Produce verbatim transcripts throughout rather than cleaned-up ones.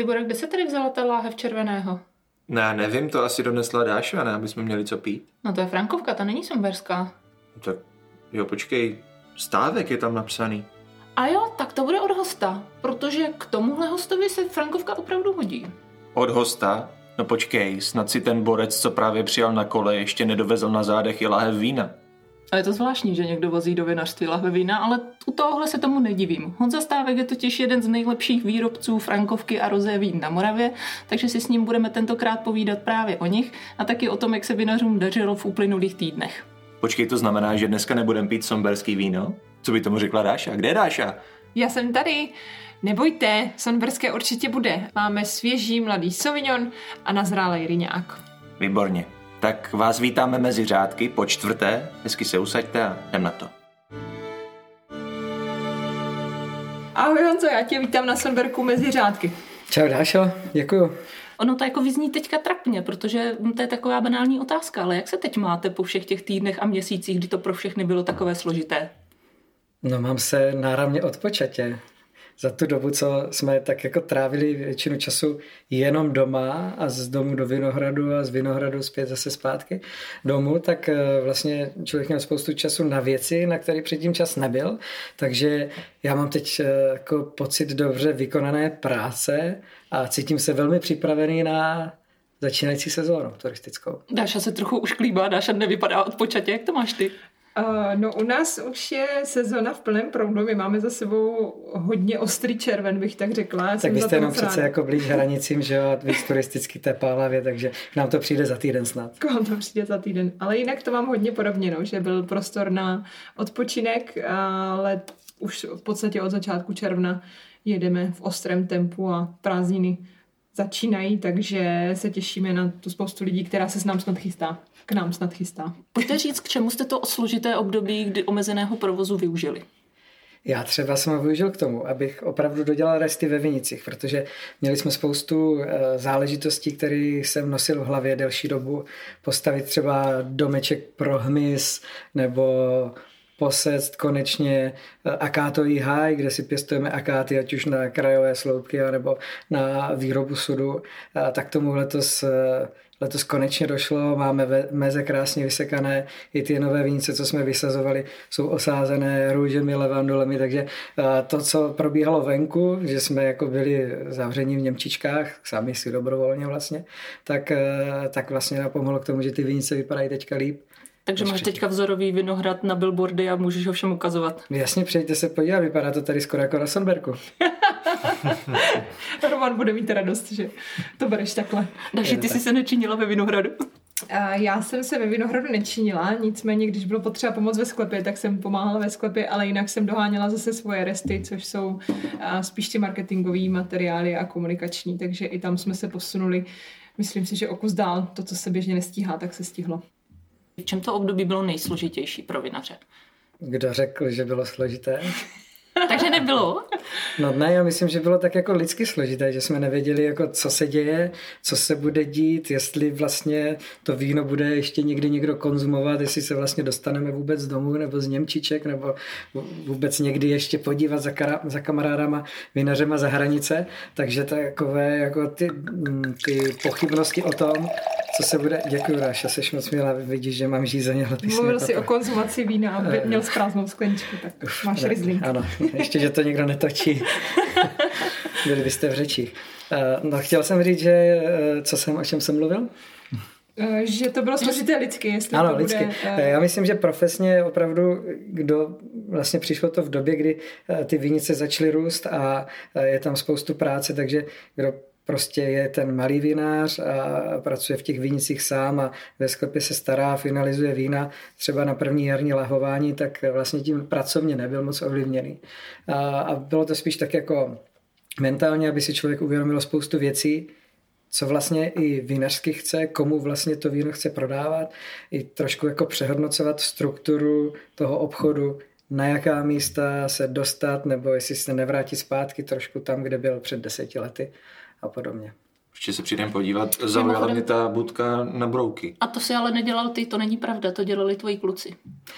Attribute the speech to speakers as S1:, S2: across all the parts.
S1: Libore, kde se tady vzala ta láhev červeného?
S2: Ne, nevím, to asi donesla Dáša, ne, aby jsme měli co pít.
S1: No to je Frankovka, ta není somberská.
S2: Tak jo, počkej, Stávek je tam napsaný.
S1: A jo, tak to bude od hosta, protože k tomuhle hostovi se Frankovka opravdu hodí.
S2: Od hosta? No počkej, snad si ten borec, co právě přijal na kole, ještě nedovezl na zádech i lahev vína.
S1: A je to zvláštní, že někdo vozí do vinařství lahve vína, ale u tohohle se tomu nedivím. Honza Stávek je totiž jeden z nejlepších výrobců Frankovky a rozé vín na Moravě, takže si s ním budeme tentokrát povídat právě o nich a taky o tom, jak se vinařům dařilo v uplynulých týdnech.
S2: Počkej, to znamená, že dneska nebudeme pít somberský víno? Co by tomu řekla Dáša? Kde je Dáša?
S3: Já jsem tady. Nebojte, somberské určitě bude. Máme svěží mladý sauvignon a nazrálej rýňák.
S2: Výborně. Tak vás vítáme mezi řádky po čtvrté. Hezky se usaďte a jdem na to.
S3: Ahoj Honzo, já tě vítám na Somberku mezi řádky.
S4: Čau Dášo, děkuju.
S1: Ono to jako vyzní teďka trapně, protože to je taková banální otázka, ale jak se teď máte po všech těch týdnech a měsících, kdy to pro všechny bylo takové složité?
S4: No mám se náramně odpočatě. Za tu dobu, co jsme tak jako trávili většinu času jenom doma a z domu do Vinohradu a z Vinohradu zpět zase zpátky domů, tak vlastně člověk měl spoustu času na věci, na které předtím čas nebyl. Takže já mám teď jako pocit dobře vykonané práce a cítím se velmi připravený na začínající sezónu turistickou.
S1: Dáša se trochu ušklíbá, Dáša nevypadá odpočatě. Jak to máš ty?
S3: Uh, no u nás už je sezona v plném proudu, my máme za sebou hodně ostrý červen, bych tak řekla.
S4: Tak vy jste jenom přece jako blíž hranicím, že jo, a víc turisticky té Pálavě, takže nám to přijde za týden snad.
S3: K vám to přijde za týden, ale jinak to mám hodně podobně, no, že byl prostor na odpočinek, ale už v podstatě od začátku června jedeme v ostrém tempu a prázdniny začínají, takže se těšíme na tu spoustu lidí, která se s nám snad chystá. K nám snad chystá.
S1: Pojďte říct, k čemu jste to složité období, kdy omezeného provozu využili?
S4: Já třeba jsem ho využil k tomu, abych opravdu dodělal resty ve vinicích, protože měli jsme spoustu záležitostí, které jsem nosil v hlavě delší dobu. Postavit třeba domeček pro hmyz nebo posést konečně akátový háj, kde si pěstujeme akáty, ať už na krajové sloupky nebo na výrobu sudu. Tak tomu letos Letos konečně došlo, máme meze krásně vysekané, i ty nové vinice, co jsme vysazovali, jsou osázené růžemi, levandulemi, takže to, co probíhalo venku, že jsme jako byli zavření v Němčičkách, sami si dobrovolně vlastně, tak, tak vlastně napomohlo k tomu, že ty vinice vypadají teďka líp.
S1: Takže máš teďka vzorový vinohrad na billboardy a můžeš ho všem ukazovat.
S4: Jasně, přijďte se podívat, vypadá to tady skoro jako na Somberku.
S3: Roman bude mít radost, že to bereš takhle.
S1: Daši, ty jsi se nečinila ve Vinohradu?
S3: Já jsem se ve Vinohradu nečinila, nicméně když bylo potřeba pomoct ve sklepě, tak jsem pomáhala ve sklepě, ale jinak jsem doháněla zase svoje resty, což jsou spíš ty marketingové materiály a komunikační, takže i tam jsme se posunuli, myslím si, že o kus dál, to, co se běžně nestíhá, tak se stihlo.
S1: V čem to období bylo nejsložitější pro vinaře?
S4: Kdo řekl, že bylo složité?
S1: Takže nebylo?
S4: No ne, já myslím, že bylo tak jako lidsky složité, že jsme nevěděli, jako, co se děje, co se bude dít, jestli vlastně to víno bude ještě někdy někdo konzumovat, jestli se vlastně dostaneme vůbec domů nebo z Němčiček, nebo vůbec někdy ještě podívat za, kara, za kamarádama, vinařema za hranice. Takže takové jako ty, ty pochybnosti o tom, co se bude... Děkuju, Ráša, seš moc milá, vidíš, že mám žízeň.
S3: Mluvil jsi o konzumaci vína a měl prázdnou skleničku, tak Uf, máš Riesling.
S4: Ano, ještě, že to někdo netočí. Byli byste v řečích. No, chtěl jsem říct, že co jsem, o čem jsem mluvil?
S3: Že to bylo složité lidsky, jestli
S4: ano,
S3: to
S4: lidsky.
S3: bude...
S4: Já myslím, že profesně opravdu, kdo vlastně přišlo to v době, kdy ty vinice začaly růst a je tam spoustu práce, takže kdo prostě je ten malý vinář a pracuje v těch vinicích sám a ve sklepě se stará, finalizuje vína třeba na první jarní lahování, tak vlastně tím pracovně nebyl moc ovlivněný. A bylo to spíš tak jako mentálně, aby si člověk uvědomil spoustu věcí, co vlastně i vinařsky chce, komu vlastně to víno chce prodávat, i trošku jako přehodnocovat strukturu toho obchodu, na jaká místa se dostat, nebo jestli se nevrátit zpátky trošku tam, kde byl před deseti lety a podobně.
S2: Ještě se přijdem podívat, zaujala mě ta budka na brouky.
S1: A to si ale nedělal ty, to není pravda, to dělali tvoji kluci.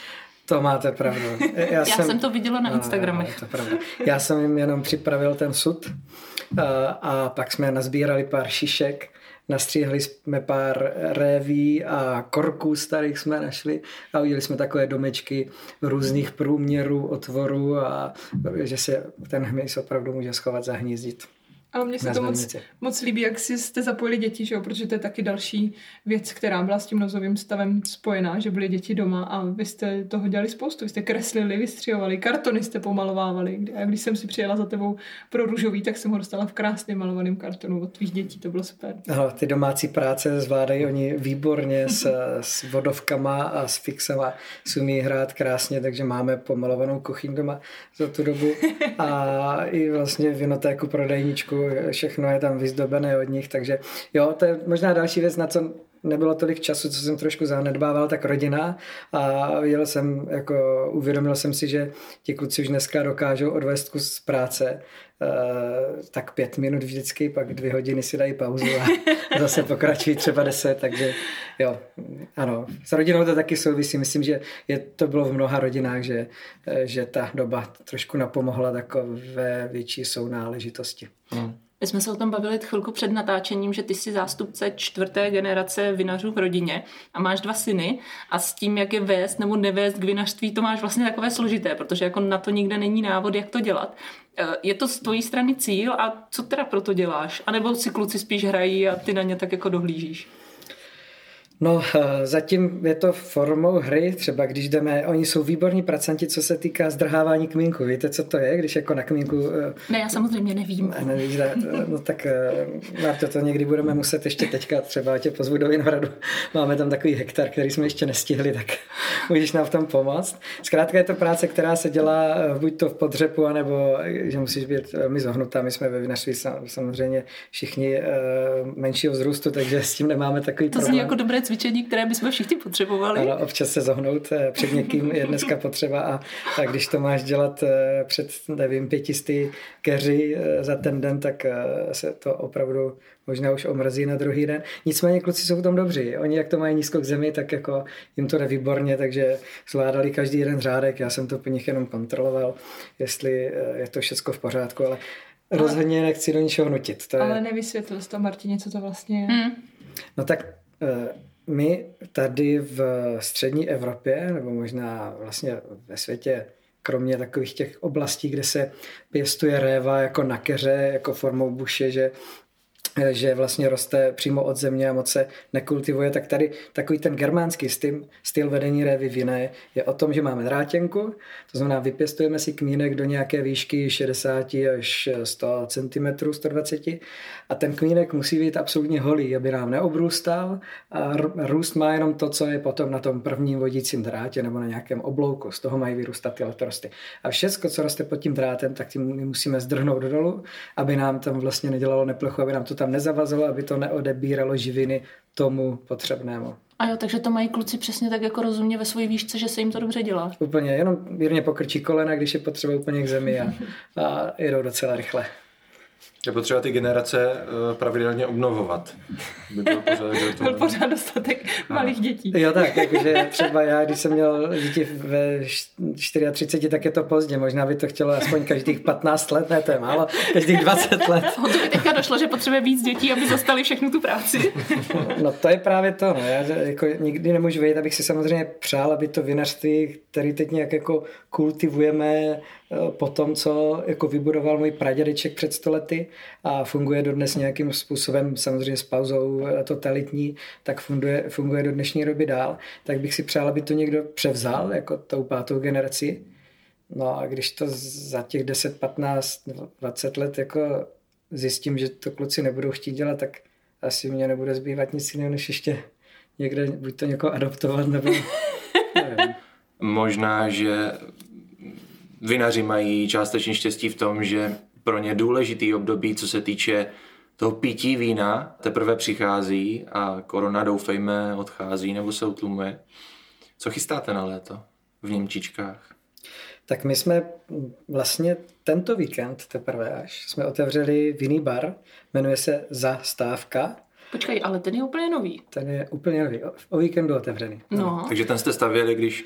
S4: To máte pravdu. Já,
S1: Já jsem, jsem to viděla na no, Instagramech.
S4: No, to pravda. Já jsem jim jenom připravil ten sud a, a pak jsme nazbírali pár šišek, nastříhali jsme pár réví a korků starých jsme našli a udělali jsme takové domečky různých průměrů, otvorů a že se ten hmyz opravdu může schovat, zahnízdit.
S3: Ale mně se to moc, moc líbí, jak si jste zapojili děti, že jo? Protože to je taky další věc, která byla s tím nouzovým stavem spojená, že byly děti doma a vy jste toho dělali spoustu. Vy jste kreslili, vystřihovali, kartony jste pomalovávali. A když jsem si přijela za tebou pro růžový, tak jsem ho dostala v krásným malovaným kartonu od tvých dětí, to bylo super.
S4: No, ty domácí práce zvládají oni výborně s, s vodovkama a s fixama, si umí hrát krásně, takže máme pomalovanou kuchyň doma za tu dobu a i vlastně vinotéku, prodejničku, všechno je tam vyzdobené od nich, takže jo, to je možná další věc, na co nebylo tolik času, co jsem trošku zanedbával, tak rodina a viděl jsem, jako uvědomil jsem si, že ti kluci už dneska dokážou odvést kus práce, tak pět minut vždycky, pak dvě hodiny si dají pauzu a zase pokračují třeba deset, takže jo, ano, s rodinou to taky souvisí, myslím, že je, to bylo v mnoha rodinách, že, že ta doba trošku napomohla takové větší sounáležitosti. Hmm.
S1: My jsme se o tom bavili chvilku před natáčením, že ty jsi zástupce čtvrté generace vinařů v rodině a máš dva syny a s tím, jak je vést nebo nevést k vinařství, to máš vlastně takové složité, protože jako na to nikde není návod, jak to dělat. Je to z tvojí strany cíl a co teda pro to děláš? A nebo si kluci spíš hrají a ty na ně tak jako dohlížíš?
S4: No, zatím je to formou hry, třeba když jdeme, oni jsou výborní pracanti, co se týká zdrhávání kmínku. Víte, co to je, když jako na kmínku...
S1: Ne, já samozřejmě nevím.
S4: Nevíš, no tak Marto, to někdy budeme muset ještě teďka, třeba tě pozvu do Vinohradu. Máme tam takový hektar, který jsme ještě nestihli, tak můžeš nám v tom pomoct. Zkrátka je to práce, která se dělá buď to v podřepu, anebo že musíš být velmi zohnutá. My jsme ve vinařství samozřejmě všichni menšího vzrůstu, takže s tím nemáme takový
S1: to
S4: problém.
S1: To jako dobré cvičení, které bychom všichni potřebovali.
S4: Ano, občas se zohnout před někým je dneska potřeba a, a když to máš dělat před, nevím, pětisty keři za ten den, tak se to opravdu možná už omrzí na druhý den. Nicméně kluci jsou v tom dobří. Oni jak to mají nízko k zemi, tak jako jim to jde výborně, takže zvládali každý jeden řádek. Já jsem to po nich jenom kontroloval, jestli je to všechno v pořádku, ale ale, rozhodně nechci do ničeho nutit. To
S3: ale
S4: je...
S3: nevysvětlil jsi to, Martině, co to vlastně je.
S1: Hmm.
S4: No tak my tady v střední Evropě, nebo možná vlastně ve světě, kromě takových těch oblastí, kde se pěstuje réva jako na keře, jako formou buše, že že vlastně roste přímo od země a moc se nekultivuje, tak tady takový ten germánský styl, styl vedení révy vinné je o tom, že máme drátěnku, to znamená vypěstujeme si kmínek do nějaké výšky šedesát až sto centimetrů, sto dvacet a ten kmínek musí být absolutně holý, aby nám neobrůstal a růst má jenom to, co je potom na tom prvním vodícím drátě nebo na nějakém oblouku, z toho mají vyrůstat ty letorosty. A všecko, co roste pod tím drátem, tak tím my musíme zdrhnout dolů, aby nám tam vlastně nedělalo neplechu, aby nám to tam nezavazilo, aby to neodebíralo živiny tomu potřebnému.
S1: A jo, takže to mají kluci přesně tak jako rozumně ve své výšce, že se jim to dobře dělá.
S4: Úplně, jenom mírně pokrčí kolena, když je potřeba úplně k zemi a, a jedou docela rychle.
S2: Je potřeba ty generace pravidelně obnovovat. By byl pořád, to...
S3: byl pořád dostatek malých dětí.
S4: Jo tak, jakože třeba já, když jsem měl děti ve třiceti čtyřech, tak je to pozdě. Možná by to chtělo aspoň každých patnáct let, ne, to je málo, každých dvacet let.
S1: Honzovi teďka došlo, že potřebuje víc dětí, aby zastali všechnu tu práci.
S4: No to je právě to, no. Já jako nikdy nemůžu vědět, abych si samozřejmě přál, aby to vinařství, který teď nějak jako kultivujeme po tom, co jako vybudoval můj pradědeček před sto lety a funguje dodnes nějakým způsobem, samozřejmě s pauzou totalitní, tak funguje, funguje do dnešní doby dál, tak bych si přál, aby to někdo převzal, jako tou pátou generaci. No a když to za těch deset, patnáct, dvacet let jako zjistím, že to kluci nebudou chtít dělat, tak asi mě nebude zbývat nic jiného, než ještě někde buď to někoho adoptovat, nebo nevím.
S2: Možná, že vinaři mají částečně štěstí v tom, že pro ně důležitý období, co se týče toho pití vína, teprve přichází a korona, doufejme, odchází nebo se utlumuje. Co chystáte na léto v Němčičkách?
S4: Tak my jsme vlastně tento víkend teprve až jsme otevřeli vinný bar, jmenuje se Zastávka.
S1: Počkej, ale ten je úplně nový.
S4: Ten je úplně nový, o víkendu otevřený.
S1: No.
S2: Takže ten jste stavěli, když...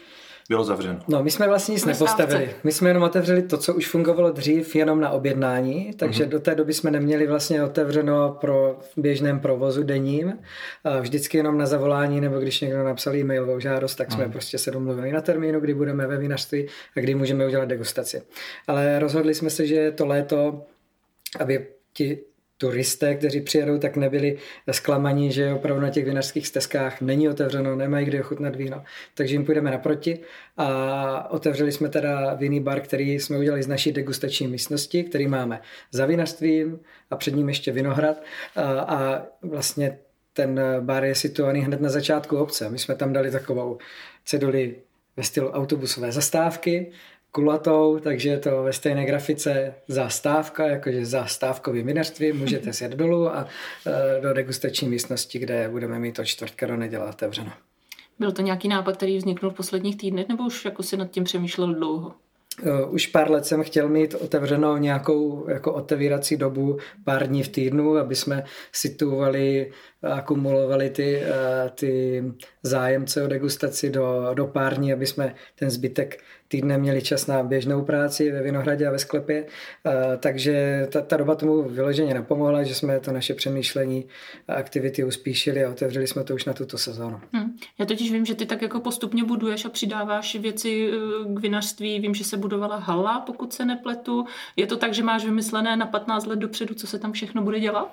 S2: bylo zavřeno.
S4: No, my jsme vlastně nic nepostavili. My jsme jenom otevřeli to, co už fungovalo dřív, jenom na objednání, takže uh-huh. do té doby jsme neměli vlastně otevřeno pro běžném provozu denním. Vždycky jenom na zavolání, nebo když někdo napsal e-mailovou žádost, tak jsme uh-huh. prostě se domluvili na termínu, kdy budeme ve vinařství a kdy můžeme udělat degustaci. Ale rozhodli jsme se, že to léto, aby ti turisté, kteří přijedou, tak nebyli zklamaní, že opravdu na těch vinařských stezkách není otevřeno, nemají kde ochutnat víno. Takže jim půjdeme naproti a otevřeli jsme teda vinný bar, který jsme udělali z naší degustační místnosti, který máme za vinařstvím a před ním ještě vinohrad a, a vlastně ten bar je situovaný hned na začátku obce. My jsme tam dali takovou ceduli ve stylu autobusové zastávky, kulatou, takže je to ve stejné grafice zastávka, jakože zastávkový vinařství, můžete sjet dolů a e, do degustační místnosti, kde budeme mít od čtvrtka do neděle otevřeno.
S1: Byl to nějaký nápad, který vzniknul v posledních týdnech, nebo už jako si nad tím přemýšlel dlouho?
S4: Už pár let jsem chtěl mít otevřenou nějakou jako otevírací dobu pár dní v týdnu, aby jsme situovali, akumulovali ty, ty zájemce o degustaci do, do pár dní, aby jsme ten zbytek týdne měli čas na běžnou práci ve vinohradě a ve sklepě. Takže ta, ta doba tomu vyloženě napomohla, že jsme to naše přemýšlení a aktivity uspíšili a otevřeli jsme to už na tuto sezónu.
S1: Hmm. Já totiž vím, že ty tak jako postupně buduješ a přidáváš věci k vinařství. Vím, že se budovala hala, pokud se nepletu. Je to tak, že máš vymyslené na patnáct let dopředu, co se tam všechno bude dělat?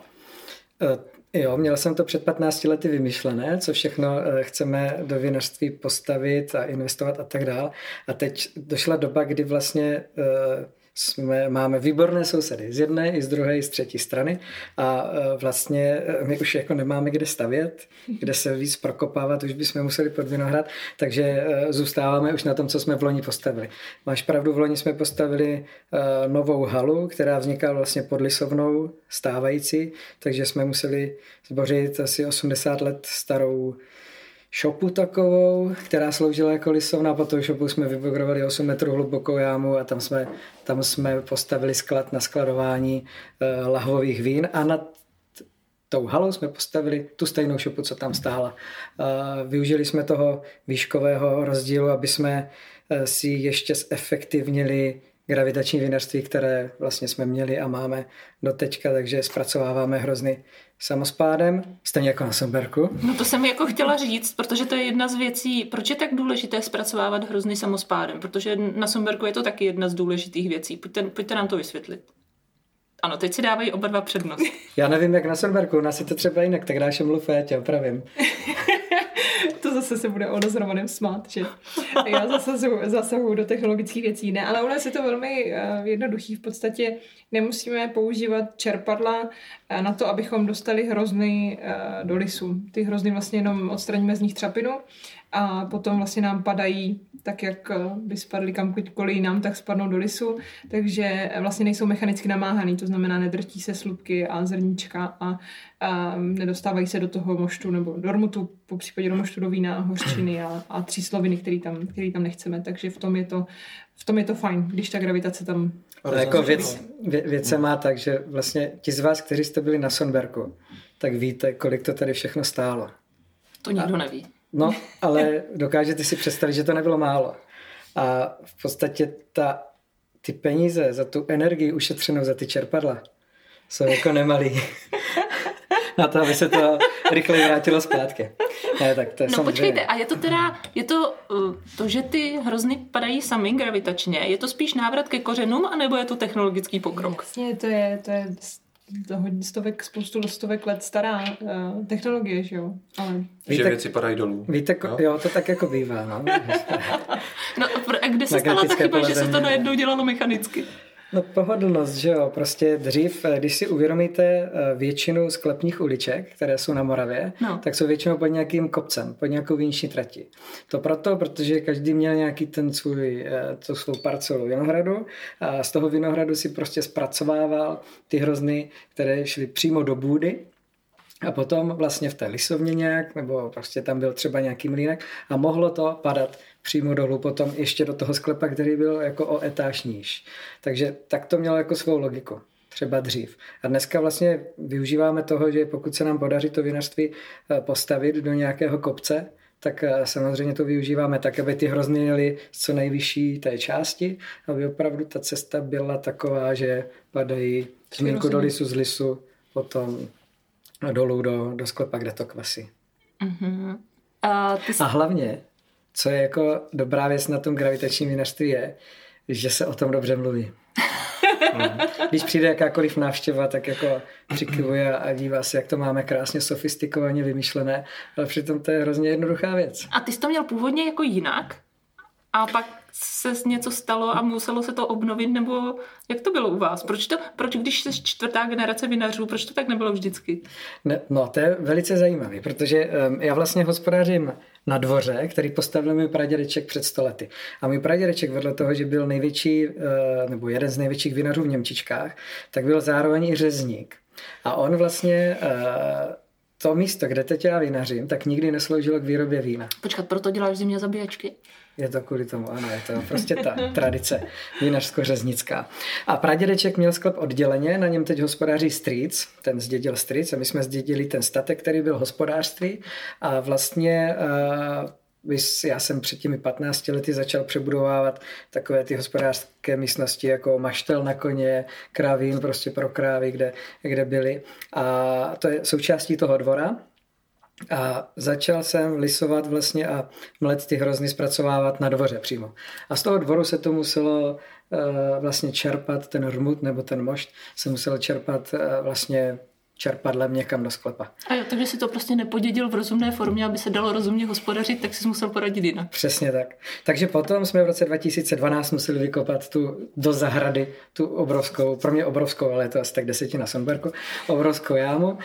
S4: Jo, měl jsem to před patnácti lety vymyšlené, co všechno chceme do vinařství postavit a investovat a tak dál. A teď došla doba, kdy vlastně jsme, máme výborné sousedy z jedné i z druhé i z třetí strany a vlastně my už jako nemáme kde stavět, kde se víc prokopávat, už bychom museli pod vinohrad, takže zůstáváme už na tom, co jsme v loni postavili. Máš pravdu, v loni jsme postavili novou halu, která vznikala vlastně pod lisovnou stávající, takže jsme museli zbořit asi osmdesát let starou šopu takovou, která sloužila jako lisovna. Po tou šopu jsme vybogrovali osm metrů hlubokou jámu a tam jsme, tam jsme postavili sklad na skladování eh, lahvových vín a nad tou halou jsme postavili tu stejnou šopu, co tam stála. Eh, využili jsme toho výškového rozdílu, aby jsme eh, si ještě zefektivnili gravitační vinařství, které vlastně jsme měli a máme do teďka, takže zpracováváme hrozny samospádem, stejně jako na Somberku.
S1: No to jsem jako chtěla říct, protože to je jedna z věcí, proč je tak důležité zpracovávat hrozny samospádem, protože na Somberku je to taky jedna z důležitých věcí. Pojďte, pojďte nám to vysvětlit. Ano, teď si dávají oba dva přednost.
S4: Já nevím, jak na Somberku, u nás je to třeba jinak, tak dáš mluv a já tě opravím.
S3: To zase se bude ono s Romanem smát, že já zasazuju, zasahuju do technologických věcí. Ne, ale u nás je to velmi uh, jednoduchý. V podstatě nemusíme používat čerpadla uh, na to, abychom dostali hrozny uh, do lisu. Ty hrozny vlastně jenom odstraníme z nich třapinu a potom vlastně nám padají tak, jak by spadly kamkoliv jinam, tak spadnou do lisu, takže vlastně nejsou mechanicky namáhaný, to znamená nedrtí se slupky a zrníčka a, a nedostávají se do toho moštu nebo do rmutu, po případě do moštu do vína, hořčiny a, a třísloviny, který tam, který tam nechceme, takže v tom je to, v tom je to fajn, když ta gravitace tam...
S4: Ale jako věc, vě, věc se má tak, že vlastně ti z vás, kteří jste byli na Somberku, tak víte, kolik to tady všechno stálo.
S1: To nikdo neví.
S4: No, ale dokážete si představit, že to nebylo málo. A v podstatě ta, ty peníze za tu energii ušetřenou za ty čerpadla jsou jako nemalý. Na to, aby se to rychle vrátilo zpátky. Ne, tak to je
S1: no
S4: samozřejmě.
S1: Počkejte, a je to teda, je to to, že ty hrozny padají sami gravitačně, je to spíš návrat ke kořenům, anebo je to technologický pokrok?
S3: Vlastně to je, to je to hodně stovek, spoustu stovek let stará uh, technologie, že jo? Ale...
S2: Že
S4: víte,
S2: věci padají dolů.
S4: Víte, no? Jo, to tak jako bývá, no.
S1: No a kde se stala ta chyba, že se to najednou dělalo mechanicky?
S4: No pohodlnost, že jo, prostě dřív, když si uvědomíte většinu sklepních uliček, které jsou na Moravě, no. tak jsou většinou pod nějakým kopcem, pod nějakou viniční trati. To proto, protože každý měl nějaký ten svůj, tu svou parcelu vinohradu a z toho vinohradu si prostě zpracovával ty hrozny, které šly přímo do bůdy a potom vlastně v té lisovně nějak, nebo prostě tam byl třeba nějaký mlýnek a mohlo to padat přímo dolů potom ještě do toho sklepa, který byl jako o etáž níž. Takže tak to mělo jako svou logiku, třeba dřív. A dneska vlastně využíváme toho, že pokud se nám podaří to vinařství postavit do nějakého kopce, tak samozřejmě to využíváme tak, aby ty hrozny jeli z co nejvyšší té části, aby opravdu ta cesta byla taková, že padají zmínku do lisu, z lisu, potom dolů do, do sklepa, kde to kvasí.
S1: Uh-huh. A, ty jsi...
S4: A hlavně, co je jako dobrá věc na tom gravitačním vinařství je, že se o tom dobře mluví. Když přijde jakákoliv návštěva, tak jako přikyvuje a dívá se, jak to máme krásně sofistikovaně vymyšlené, ale přitom to je hrozně jednoduchá věc.
S1: A ty jsi to měl původně jako jinak? A pak se něco stalo a muselo se to obnovit, nebo jak to bylo u vás? Proč, to, proč když jsi čtvrtá generace vinařů, proč to tak nebylo vždycky?
S4: Ne, no, to je velice zajímavé, protože um, já vlastně hospodářím na dvoře, který postavil můj pradědeček před sto lety. A můj pradědeček vedle toho, že byl největší, uh, nebo jeden z největších vinařů v Němčičkách, tak byl zároveň i řezník. A on vlastně... Uh, to místo, kde teď já vinařím, tak nikdy nesloužilo k výrobě vína.
S1: Počkat, proto děláš zimě zabíjačky?
S4: Je to kvůli tomu, ano, je to prostě ta tradice vinařsko-řeznická. A pradědeček měl sklep odděleně, na něm teď hospodáří strýc, ten zdědil strýc a my jsme zdědili ten statek, který byl hospodářství a vlastně... Uh, já jsem před těmi patnácti lety začal přebudovávat takové ty hospodářské místnosti jako maštel na koně, kravín prostě pro krávy, kde, kde byly. A to je součástí toho dvora. A začal jsem lisovat vlastně a mlet ty hrozny zpracovávat na dvoře přímo. A z toho dvoru se to muselo uh, vlastně čerpat, ten rmut nebo ten mošt se musel čerpat uh, vlastně čerpadlem někam do sklepa.
S1: A jo, takže si to prostě nepodědil v rozumné formě, aby se dalo rozumně hospodařit, tak si musel poradit jinak.
S4: Přesně tak. Takže potom jsme v roce dva tisíce dvanáct museli vykopat tu do zahrady, tu obrovskou, pro mě obrovskou, ale je to asi tak desetina Sonberku, obrovskou jámu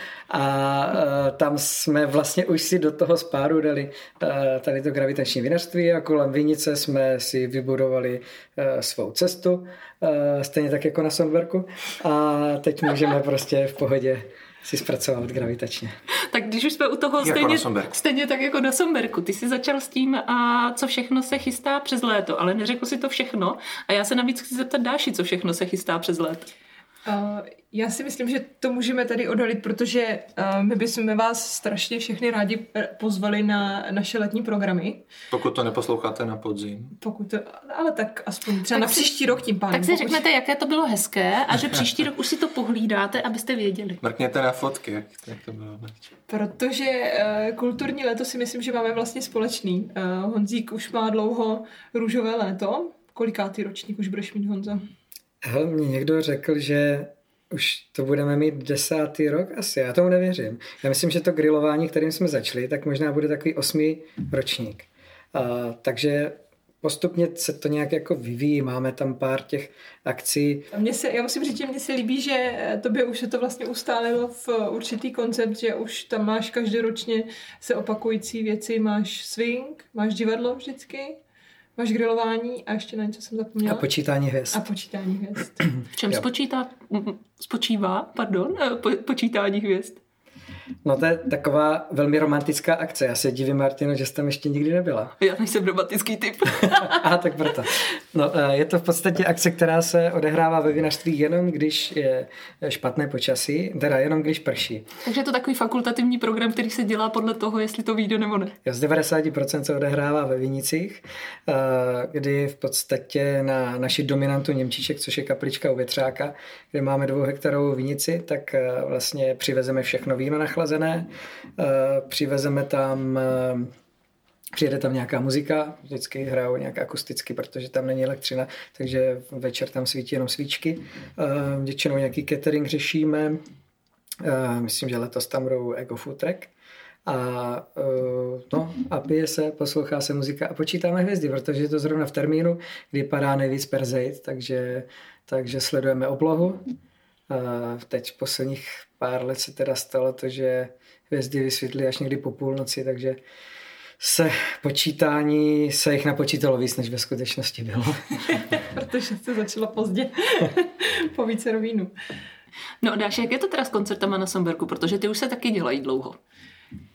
S4: a uh, tam jsme vlastně už si do toho spádu dali uh, tady to gravitační vinařství a kolem vinice jsme si vybudovali uh, svou cestu, uh, stejně tak jako na Sonberku a teď můžeme prostě v pohodě si zpracovat gravitačně.
S1: Tak když už jsme u toho stejně, stejně tak jako na Somberku, ty jsi začal s tím, a co všechno se chystá přes léto, ale neřekl si to všechno a já se navíc chci zeptat Dáši, co všechno se chystá přes léto.
S3: Uh, já si myslím, že to můžeme tady odhalit, protože uh, my bychom vás strašně všechny rádi pozvali na naše letní programy.
S2: Pokud to neposloucháte na podzim.
S3: Pokud to, ale tak aspoň třeba tak na
S1: si,
S3: příští rok tím pádem.
S1: Tak si
S3: pokud...
S1: řeknete, jaké to bylo hezké a že příští rok už si to pohlídáte, abyste věděli.
S2: Mrkněte na fotky, jak, jak to bylo.
S3: Protože uh, kulturní léto si myslím, že máme vlastně společný. Uh, Honzík už má dlouho růžové léto. Kolikátý ročník už budeš mít, Honzo?
S4: Hele, mě někdo řekl, že už to budeme mít desátý rok asi. Já tomu nevěřím. Já myslím, že to grilování, kterým jsme začali, tak možná bude takový osmý ročník. A, takže postupně se to nějak jako vyvíjí. Máme tam pár těch akcí.
S3: Mně se, já musím říct, že mně se líbí, že tobě už se to vlastně ustálilo v určitý koncept, že už tam máš každoročně se opakující věci. Máš swing, máš divadlo vždycky. Máš grilování a ještě na něco jsem zapomněla.
S4: A počítání hvězd.
S3: A počítání hvězd.
S1: V čem spočítá, spočívá pardon, po, počítání hvězd?
S4: No to je taková velmi romantická akce. Já se divím, Martino, že jsi tam ještě nikdy nebyla.
S1: Já nejsem romantický typ.
S4: Aha, tak proto. No, je to v podstatě akce, která se odehrává ve vinařství jenom, když je špatné počasí, teda jenom když prší.
S1: Takže je to takový fakultativní program, který se dělá podle toho, jestli to vyjde nebo ne.
S4: Z devadesát procent se odehrává ve vinicích, kdy v podstatě na naši dominantu Němčiček, což je kaplička u Větřáka, kde máme dvouhektarovou vinici, tak vlastně přivezeme všechno víno nachlazené, přivezeme tam, přijede tam nějaká muzika, vždycky hrajou nějak akusticky, protože tam není elektřina, takže večer tam svítí jenom svíčky. Většinou nějaký catering řešíme, myslím, že letos tam budou Ego Food Track. A, no, a pije se, poslouchá se muzika a počítáme hvězdy, protože je to zrovna v termínu, kdy padá nejvíc perzejt, takže, takže sledujeme oblohu. A teď v posledních pár let se teda stalo to, že hvězdy vysvětly až někdy po půlnoci, takže se počítání, se jich napočítalo víc, než ve skutečnosti bylo.
S3: Protože se začalo pozdě po více rovínu.
S1: No Dáš, jak je to teda s koncertama na Somberku, protože ty už se taky dělají dlouho?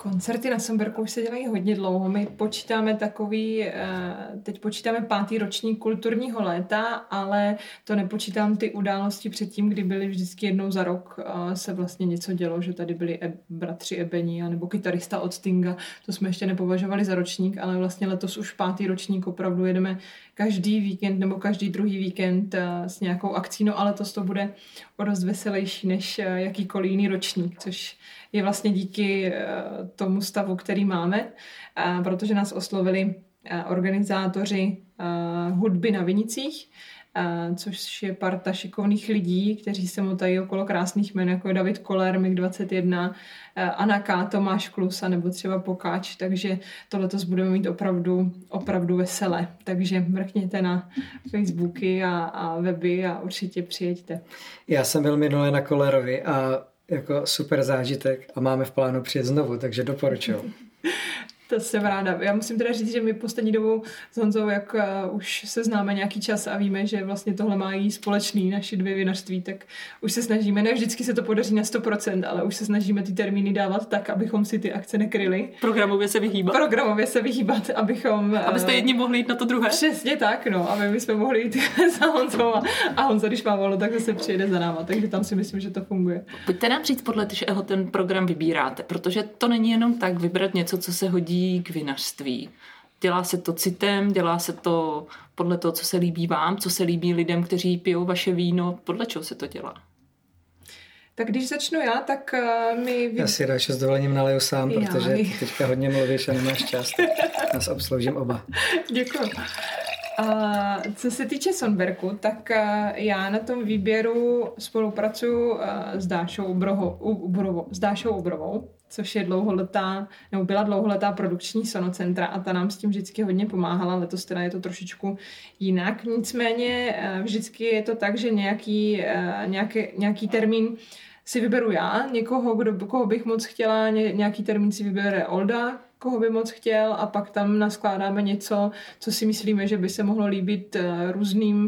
S3: Koncerty na Somberku už se dělají hodně dlouho. My počítáme takový, teď počítáme pátý ročník kulturního léta, ale to nepočítám ty události předtím, kdy byly vždycky jednou za rok se vlastně něco dělo, že tady byli e- bratři Ebeni nebo kytarista od Stinga. To jsme ještě nepovažovali za ročník, ale vlastně letos už pátý ročník opravdu jedeme každý víkend nebo každý druhý víkend s nějakou akcí, no ale letos to bude o dost veselější než jakýkoliv jiný ročník, což je vlastně díky tomu stavu, který máme, protože nás oslovili organizátoři hudby na Vinicích, což je parta šikovných lidí, kteří se motají okolo krásných jmen, jako je David Koller, Mig dvacet jedna, Anna K., Tomáš Klus a nebo třeba Pokáč, takže to letos budeme mít opravdu, opravdu veselé. Takže mrkněte na Facebooky a, a weby a určitě přijeďte.
S4: Já jsem byl minule na Kollerovi a jako super zážitek a máme v plánu přijet znovu, takže doporučuju.
S3: To jsem ráda. Já musím teda říct, že my poslední dobou s Honzou, jak uh, už se známe nějaký čas a víme, že vlastně tohle mají společný naši dvě vinařství, tak už se snažíme, ne vždycky se to podaří na sto procent, ale už se snažíme ty termíny dávat tak, abychom si ty akce nekryli.
S1: Programově se vyhýbat.
S3: Programově se vyhýbat, abychom...
S1: Abyste uh, jedni mohli jít na to druhé.
S3: Přesně tak, no. Aby my jsme mohli jít za Honzou a, a Honza, když má volno, tak zase přijede za náma, takže tam si myslím, že to funguje.
S1: Pojďte nám říct, podle čeho ten program vybíráte, protože to není jenom tak vybrat něco, co se hodí k vinařství. Dělá se to citem, dělá se to podle toho, co se líbí vám, co se líbí lidem, kteří pijou vaše víno. Podle čeho se to dělá?
S3: Tak když začnu já, tak uh, my...
S4: Já si další s dovolením naleju sám, já, protože ty teďka hodně mluvíš a nemáš čas, tak nás obsloužím oba.
S3: Děkuji. Uh, co se týče Sonberku, tak uh, já na tom výběru spolupracuju uh, s Dášou Ubroho, Ubrovo, s Dášou Ubrovou, což je dlouholetá, nebo byla dlouholetá produkční sonocentra a ta nám s tím vždycky hodně pomáhala. Letos teda je to trošičku jinak. Nicméně uh, vždycky je to tak, že nějaký, uh, nějaký, nějaký termín si vyberu já, někoho, kdo, koho bych moc chtěla, ně, nějaký termín si vybere Olda, koho by moc chtěl a pak tam naskládáme něco, co si myslíme, že by se mohlo líbit uh, různým,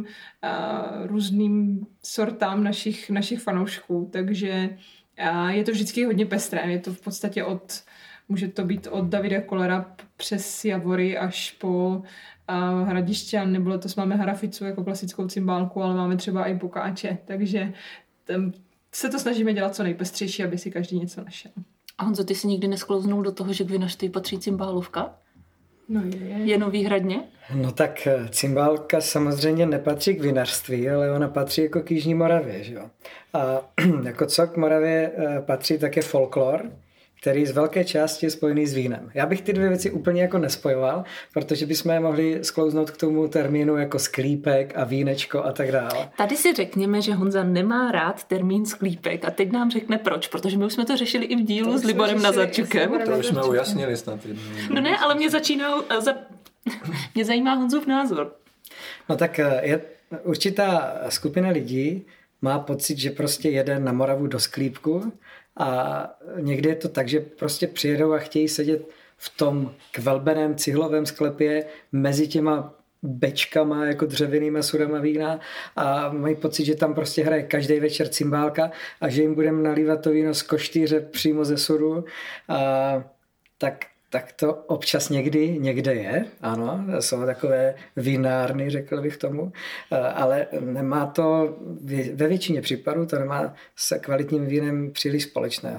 S3: uh, různým sortám našich, našich fanoušků. Takže uh, je to vždycky hodně pestré. Je to v podstatě od, může to být od Davida Kollera přes Javory až po uh, Hradišťan, nebo letos máme Haraficu jako klasickou cymbálku, ale máme třeba i Pokáče. Takže tam se to snažíme dělat co nejpestřejší, aby si každý něco našel.
S1: A Honzo, ty jsi nikdy nesklouznul do toho, že k vinařství patří cymbálovka?
S3: No je.
S1: Jenom výhradně?
S4: No tak cymbálka samozřejmě nepatří k vinařství, ale ona patří jako k Jižní Moravě, že jo. A jako co k Moravě patří, tak je folklor, který z velké části je spojený s vínem. Já bych ty dvě věci úplně jako nespojoval, protože bychom je mohli sklouznout k tomu termínu jako sklípek a vínečko a tak dále.
S1: Tady si řekněme, že Honza nemá rád termín sklípek a teď nám řekne proč, protože my už jsme to řešili i v dílu to s Liborem Nazarčukem.
S2: To už jsme ujasnili snad.
S1: No ne, ale mě začíná, za... mě zajímá Honzův názor.
S4: No tak je určitá skupina lidí má pocit, že prostě jede na Moravu do sklípku a někdy je to tak, že prostě přijedou a chtějí sedět v tom kvelbeném cihlovém sklepě mezi těma bečkama jako dřevěnýma sudama vína a mají pocit, že tam prostě hraje každý večer cymbálka a že jim budeme nalívat to víno z koštýře přímo ze sudu. A tak Tak to občas někdy někde je, ano, jsou takové vinárny, řekl bych tomu, ale nemá to, ve většině případů to nemá s kvalitním vínem příliš společného.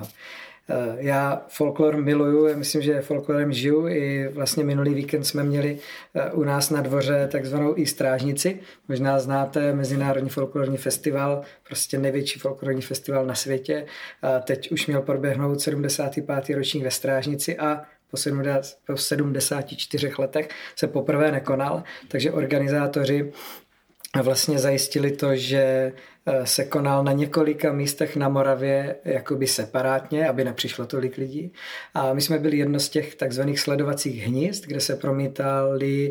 S4: Já folklor miluju, já myslím, že folklorem žiju. I vlastně minulý víkend jsme měli u nás na dvoře takzvanou i strážnici. Možná znáte Mezinárodní folklorní festival, prostě největší folklorní festival na světě. A teď už měl proběhnout sedmdesátý pátý ročník ve Strážnici a po sedmdesáti čtyřech letech se poprvé nekonal, takže organizátoři vlastně zajistili to, že se konal na několika místech na Moravě jakoby separátně, aby nepřišlo tolik lidí. A my jsme byli jedno z těch takzvaných sledovacích hnízd, kde se promítaly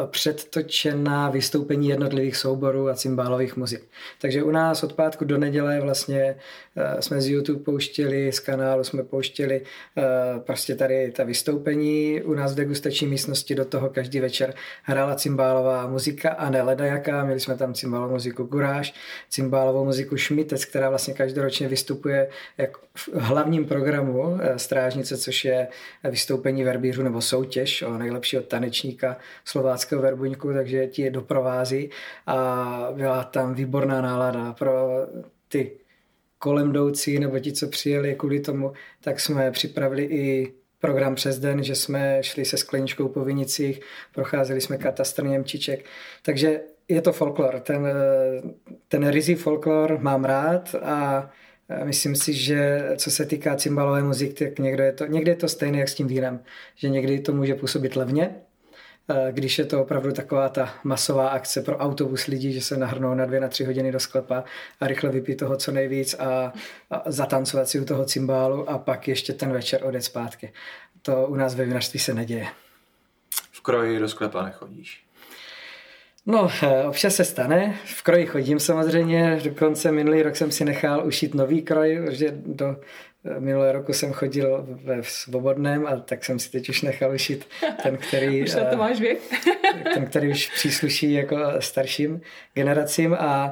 S4: předtočená vystoupení jednotlivých souborů a cymbálových muzik. Takže u nás od pátku do neděle vlastně jsme z YouTube pouštěli, z kanálu jsme pouštěli prostě tady ta vystoupení. U nás v degustační místnosti do toho každý večer hrála cymbálová muzika a ne ledajaká. Měli jsme tam cymbálovou muziku Guráš, cymbál cymbálovou muziku Šmitec, která vlastně každoročně vystupuje jak v hlavním programu Strážnice, což je vystoupení verbířů nebo soutěž o nejlepšího tanečníka slováckého verbuňku, takže ti je doprovází a byla tam výborná nálada pro ty kolem jdoucí nebo ti, co přijeli kvůli tomu, tak jsme připravili i program přes den, že jsme šli se skleničkou po Vinicích, procházeli jsme katastr Němčiček, takže je to folklor. Ten, ten rizí folklor mám rád a myslím si, že co se týká cymbálové muziky, tak někdy je to, někdy je to stejné jak s tím vínem, že někdy to může působit levně, když je to opravdu taková ta masová akce pro autobus lidí, že se nahrnou na dvě, na tři hodiny do sklepa a rychle vypít toho co nejvíc a, a zatancovat si u toho cymbálu a pak ještě ten večer odjet zpátky. To u nás ve vinařství se neděje.
S2: V kroji do sklepa nechodíš?
S4: No, občas se stane. V kroji chodím samozřejmě. Dokonce minulý rok jsem si nechal ušít nový kroj, protože do minulého roku jsem chodil ve Svobodném a tak jsem si teď už nechal ušít ten, který...
S3: Už na to máš věk?
S4: ten, který už přísluší jako starším generacím a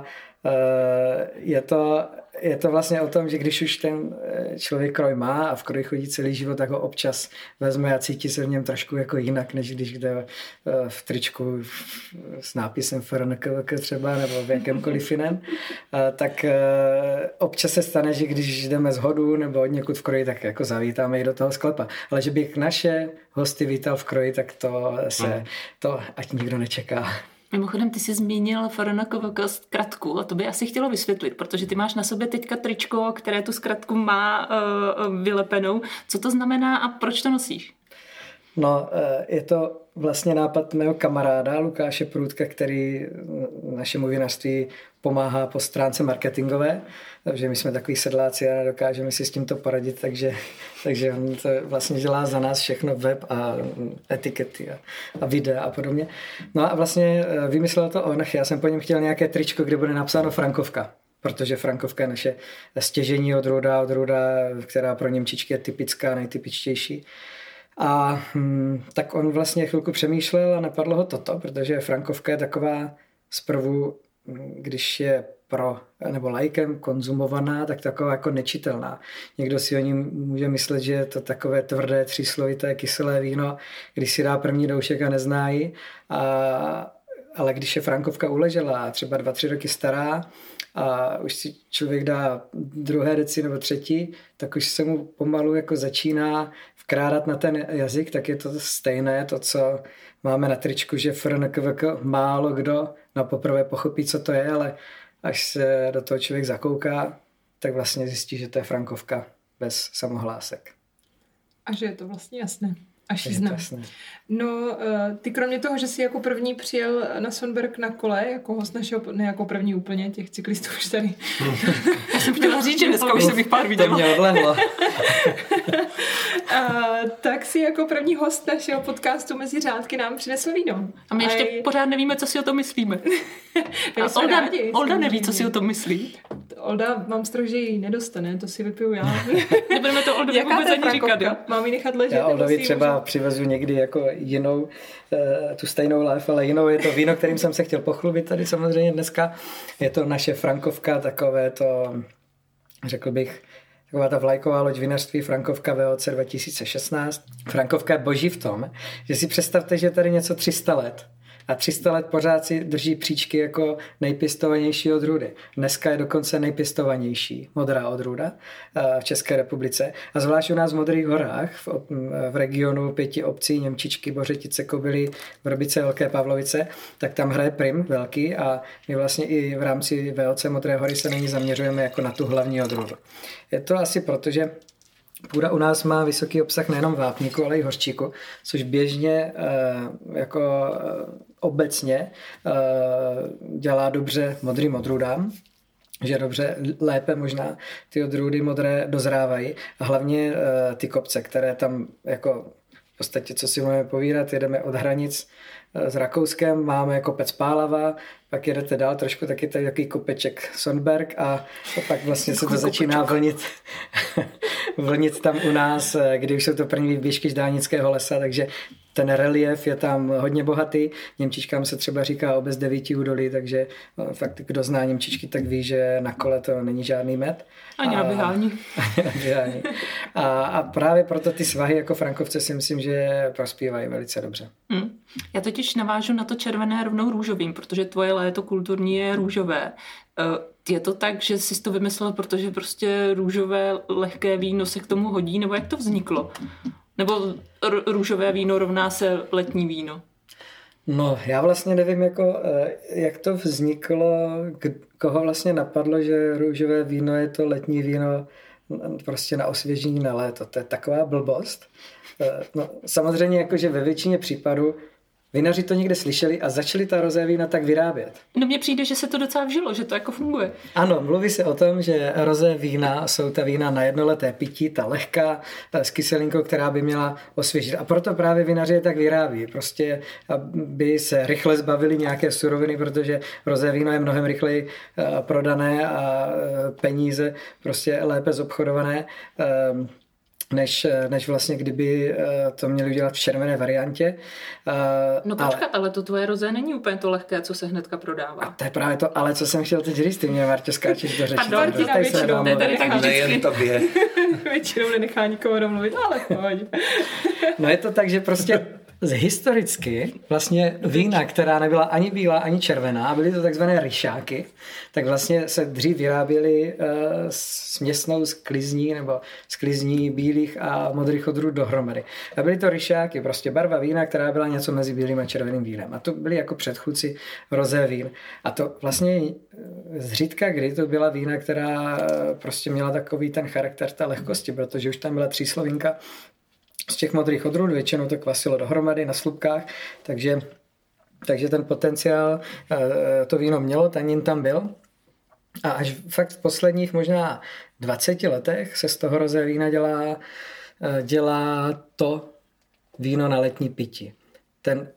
S4: je to, je to vlastně o tom, že když už ten člověk kroj má a v kroji chodí celý život, tak ho občas vezme a cítí se v něm trošku jako jinak, než když jde v tričku s nápisem F R N K V K třeba nebo v jakémkoliv jiném. Tak občas se stane, že když jdeme z hodu nebo od někud v kroji, tak jako zavítáme i do toho sklepa. Ale že bych naše hosty vítal v kroji, tak to se, to ať nikdo nečeká.
S1: Mimochodem, ty jsi zmínil F R N K V K zkratku a to by asi chtělo vysvětlit, protože ty máš na sobě teďka tričko, které tu zkratku má uh, vylepenou. Co to znamená a proč to nosíš?
S4: No, je to vlastně nápad mého kamaráda Lukáše Průdka, který našemu vinařství pomáhá po stránce marketingové, takže my jsme takový sedláci a nedokážeme si s tímto poradit, takže, takže on to vlastně dělá za nás všechno, web a etikety a, a videa a podobně. No a vlastně vymyslel to on, já jsem po něm chtěl nějaké tričko, kde bude napsáno Frankovka, protože Frankovka je naše stěžení odrůda, odrůda, která pro Němčičky je typická, nejtypičtější. A hm, tak on vlastně chvilku přemýšlel a napadlo ho toto, protože Frankovka je taková zprvu, když je pro nebo laikem konzumovaná, tak taková jako nečitelná. Někdo si o ní může myslet, že je to takové tvrdé, tříslovité, kyselé víno, když si dá první doušek a nezná ji. A, ale když je Frankovka uleželá, třeba dva, tři roky stará, a už si člověk dá druhé deci nebo třetí, tak už se mu pomalu jako začíná vkrádat na ten jazyk, tak je to stejné, to, co máme na tričku, že F R N K V K málo kdo na poprvé pochopí, co to je, ale až se do toho člověk zakouká, tak vlastně zjistí, že to je Frankovka bez samohlásek.
S3: A že je to vlastně jasné. Až ji znám. No, ty kromě toho, že jsi jako první přijel na Sonberg na kole, jako host našeho, ne jako první úplně, těch cyklistů už tady.
S1: Já jsem chtěla říct, že dneska už jsem jich pár viděla.
S4: To mě odlehlo.
S3: A, tak si jako první host našeho podcastu Mezi řádky nám přinesl víno.
S1: A my ještě a pořád nevíme, co si o tom myslíme. A Olda, rádi, Olda neví, co si o tom myslí.
S3: Olda, mám strach, že ji nedostane, to si vypiju já.
S1: Nebudeme to Oldovi vůbec ani říkat. Jo?
S3: Mám ji nechat ležet?
S4: Já Oldovi třeba můžu... přivezu někdy jako jinou, tu stejnou láhev, ale jinou je to víno, kterým jsem se chtěl pochlubit tady samozřejmě dneska. Je to naše Frankovka, takové to, řekl bych, taková ta vlajková loď vinařství Frankovka V O C dva tisíce šestnáct. Frankovka je boží v tom, že si představte, že je tady něco tři sta let. A tři sta let pořád si drží příčky jako nejpěstovanější odrůdy. Dneska je dokonce nejpěstovanější modrá odrůda v České republice. A zvlášť u nás v Modrých horách, v, v regionu pěti obcí, Němčičky, Bořetice, Kobily, Vrbice, Velké Pavlovice, tak tam hraje prim velký a my vlastně i v rámci V O C Modré hory se nyní zaměřujeme jako na tu hlavní odrůdu. Je to asi proto, že půda u nás má vysoký obsah nejenom vápníku, ale i hořčíku, což běžně jako obecně dělá dobře modrým odrůdám, že dobře, lépe možná ty odrůdy modré dozrávají a hlavně ty kopce, které tam jako v podstatě, co si budeme povídat, jedeme od hranic s Rakouskem, máme kopec Pálava, pak jedete dál trošku taky tady takový kopeček Sonberg a pak vlastně se to začíná vlnit vlnit tam u nás, kdy už jsou to první výběžky z Dálnického lesa, takže ten relief je tam hodně bohatý. Němčičkám se třeba říká obec devíti údolí, takže no, fakt kdo zná Němčičky, tak ví, že na kole to není žádný med.
S1: Ani na běhání.
S4: Ani na běhání. A, a právě proto ty svahy jako Frankovce si myslím, že prospívají velice dobře.
S1: Hmm. Já totiž navážu na to červené rovnou růžovým, protože tvoje léto kulturní je růžové. Je to tak, že jsi to vymyslel, protože prostě růžové lehké víno se k tomu hodí, nebo jak to vzniklo? Nebo r- růžové víno rovná se letní víno?
S4: No, já vlastně nevím, jako, jak to vzniklo, koho vlastně napadlo, že růžové víno je to letní víno prostě na osvěžení na léto. To je taková blbost. No, samozřejmě, jakože ve většině případů vinaři to někde slyšeli a začali ta rozé vína tak vyrábět.
S1: No mně přijde, že se to docela vžilo, že to jako funguje.
S4: Ano, mluví se o tom, že rozé vína jsou ta vína na jednoleté pití, ta lehká, ta s kyselinkou, která by měla osvěžit. A proto právě vinaři je tak vyrábí. Prostě, aby se rychle zbavili nějaké suroviny, protože rozé víno je mnohem rychleji prodané a peníze prostě lépe zobchodované, Než, než vlastně kdyby to měli udělat v červené variantě.
S1: No počkat, ale, ale to tvoje rozé není úplně to lehké, co se hnedka prodává.
S4: A to je právě to, ale co jsem chtěl teď říct, ty mě, Marťo, skáčeš do řeči.
S1: Pardon, Martina, většinou
S2: nejen tobě.
S3: Většinou nenechá nikoho domluvit, ale pojď.
S4: No je to tak, že prostě z historicky vlastně vína, která nebyla ani bílá, ani červená, byly to takzvané ryšáky, tak vlastně se dřív vyráběly uh, směsnou sklizní nebo sklizní bílých a modrých odrůd dohromady. A byly to ryšáky, prostě barva vína, která byla něco mezi bílým a červeným vínem. A to byly jako předchůdci rozé vín. A to vlastně zřídka kdy to byla vína, která prostě měla takový ten charakter té lehkosti, protože už tam byla tříslovinka z těch modrých odrůd, většinou to kvasilo dohromady na slupkách, takže, takže ten potenciál to víno mělo, tanin tam byl. A až fakt v posledních možná dvaceti letech se z toho rozé vína dělá, dělá to víno na letní pití. Ten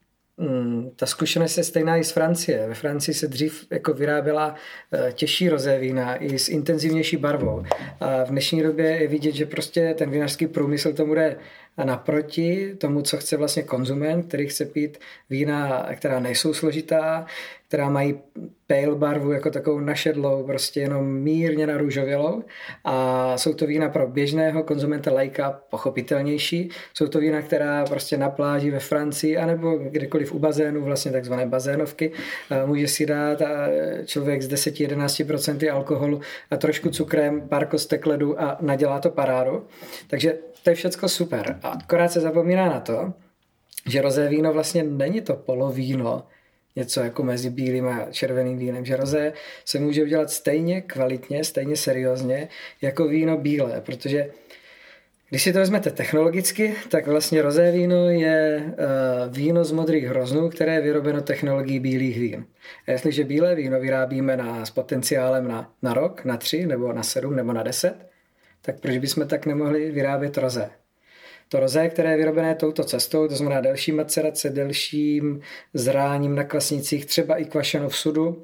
S4: Mm, ta zkušenost je stejná i z Francie. Ve Francii se dřív jako vyráběla těžší rozé vína i s intenzivnější barvou. A v dnešní době je vidět, že prostě ten vinařský průmysl tomu jde naproti tomu, co chce vlastně konzument, který chce pít vína, která nejsou složitá, která mají pale barvu jako takovou našedlou, prostě jenom mírně narůžovělou. A jsou to vína pro běžného konzumenta laika pochopitelnější. Jsou to vína, která prostě na pláži ve Francii anebo kdekoliv u bazénu, vlastně takzvané bazénovky, může si dát člověk z deset až jedenáct procent alkoholu a trošku cukrem, pár kostek ledu a nadělá to parádu. Takže to je všecko super. A akorát se zapomíná na to, že rozé víno vlastně není to polovíno, něco jako mezi bílým a červeným vínem, že rozé se může udělat stejně kvalitně, stejně seriózně jako víno bílé, protože když si to vezmete technologicky, tak vlastně rozé víno je uh, víno z modrých hroznů, které je vyrobeno technologií bílých vín. A jestliže bílé víno vyrábíme na, s potenciálem na, na rok, na tři, nebo na sedm, nebo na deset, tak proč bychom tak nemohli vyrábět rozé? To rozé, které je vyrobené touto cestou, to znamená delší macerace, delším zráním na kvasnicích, třeba i kvašeno v sudu,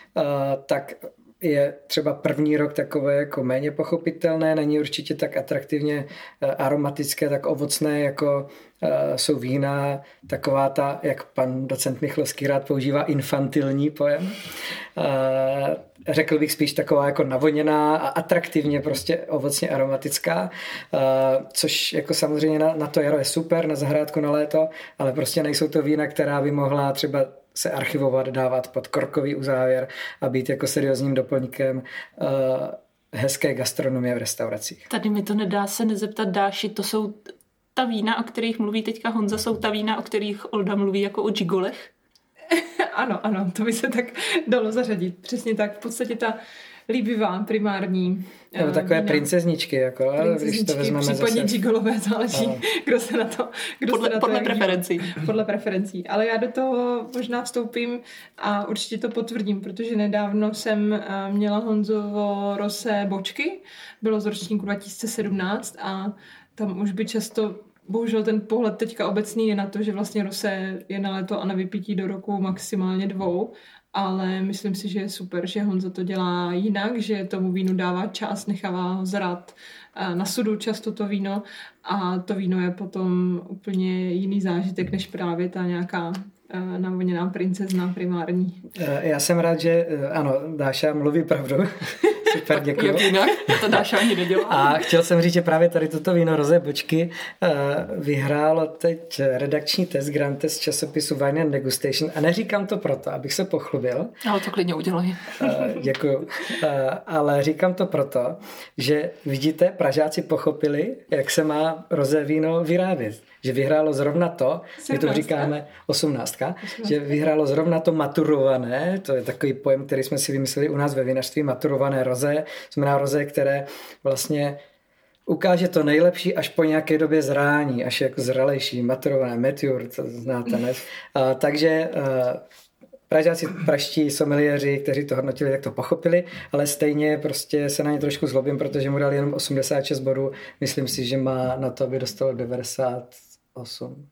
S4: tak je třeba první rok takové jako méně pochopitelné, není určitě tak atraktivně aromatické, tak ovocné, jako jsou vína, taková ta, jak pan docent Michlovský rád používá, infantilní pojem. Řekl bych spíš taková jako navoněná a atraktivně prostě ovocně aromatická, což jako samozřejmě na, na to jaro je super, na zahrádku na léto, ale prostě nejsou to vína, která by mohla třeba se archivovat, dávat pod korkový uzávěr a být jako seriózním doplňkem uh, hezké gastronomie v restauracích.
S1: Tady mi to nedá se nezeptat, Dáši, to jsou ta vína, o kterých mluví teďka Honza, jsou ta vína, o kterých Olda mluví jako o džigolech?
S3: Ano, ano, to by se tak dalo zařadit. Přesně tak, v podstatě ta líbivá primární
S4: Nebo takové vína. Princezničky, jako,
S3: princezničky, když to vezmeme případně zase. Gigolové, záleží, no. kdo se na to kdo
S1: podle,
S3: se na
S1: podle
S3: to
S1: preferencí.
S3: Podle preferencí. Ale já do toho možná vstoupím a určitě to potvrdím, protože nedávno jsem měla Honzovo rosé bočky, bylo z ročníku dva tisíce sedmnáct a tam už by často bohužel ten pohled teďka obecný je na to, že vlastně rosé je na léto a na vypití do roku maximálně dvou. ale myslím si, že je super, že Honza to dělá jinak, že tomu vínu dává čas, nechává ho zrát na sudu často to víno a to víno je potom úplně jiný zážitek, než právě ta nějaká navoněná princezna primární.
S4: Já jsem rád, že ano, Dáša mluví pravdu. Super, děkuji.
S1: Jak jinak? To Dáša ani nedělá.
S4: A chtěl jsem říct, že právě tady toto víno Rosé Bočky vyhrálo teď redakční test, grand test časopisu Wine and Degustation a neříkám to proto, abych se pochlubil.
S1: Ale to klidně udělej.
S4: Děkuji. Ale říkám to proto, že vidíte, Pražáci pochopili, jak se má rosé víno vyrábět. Že vyhrálo zrovna to, my to říkáme osmnáctka, že vyhrálo zrovna to maturované, to je takový pojem, který jsme si vymysleli u nás ve vinařství, maturované rosé, znamená rosé, které vlastně ukáže to nejlepší až po nějaké době zrání, až jako zralejší, maturované, mature, to znáte, ne? A, takže a, Pražáci, praští someliéři, kteří to hodnotili, tak to pochopili, ale stejně prostě se na ně trošku zlobím, protože mu dali jenom osmdesát šest bodů. Myslím si, že má na to, aby dostalo devadesát osm.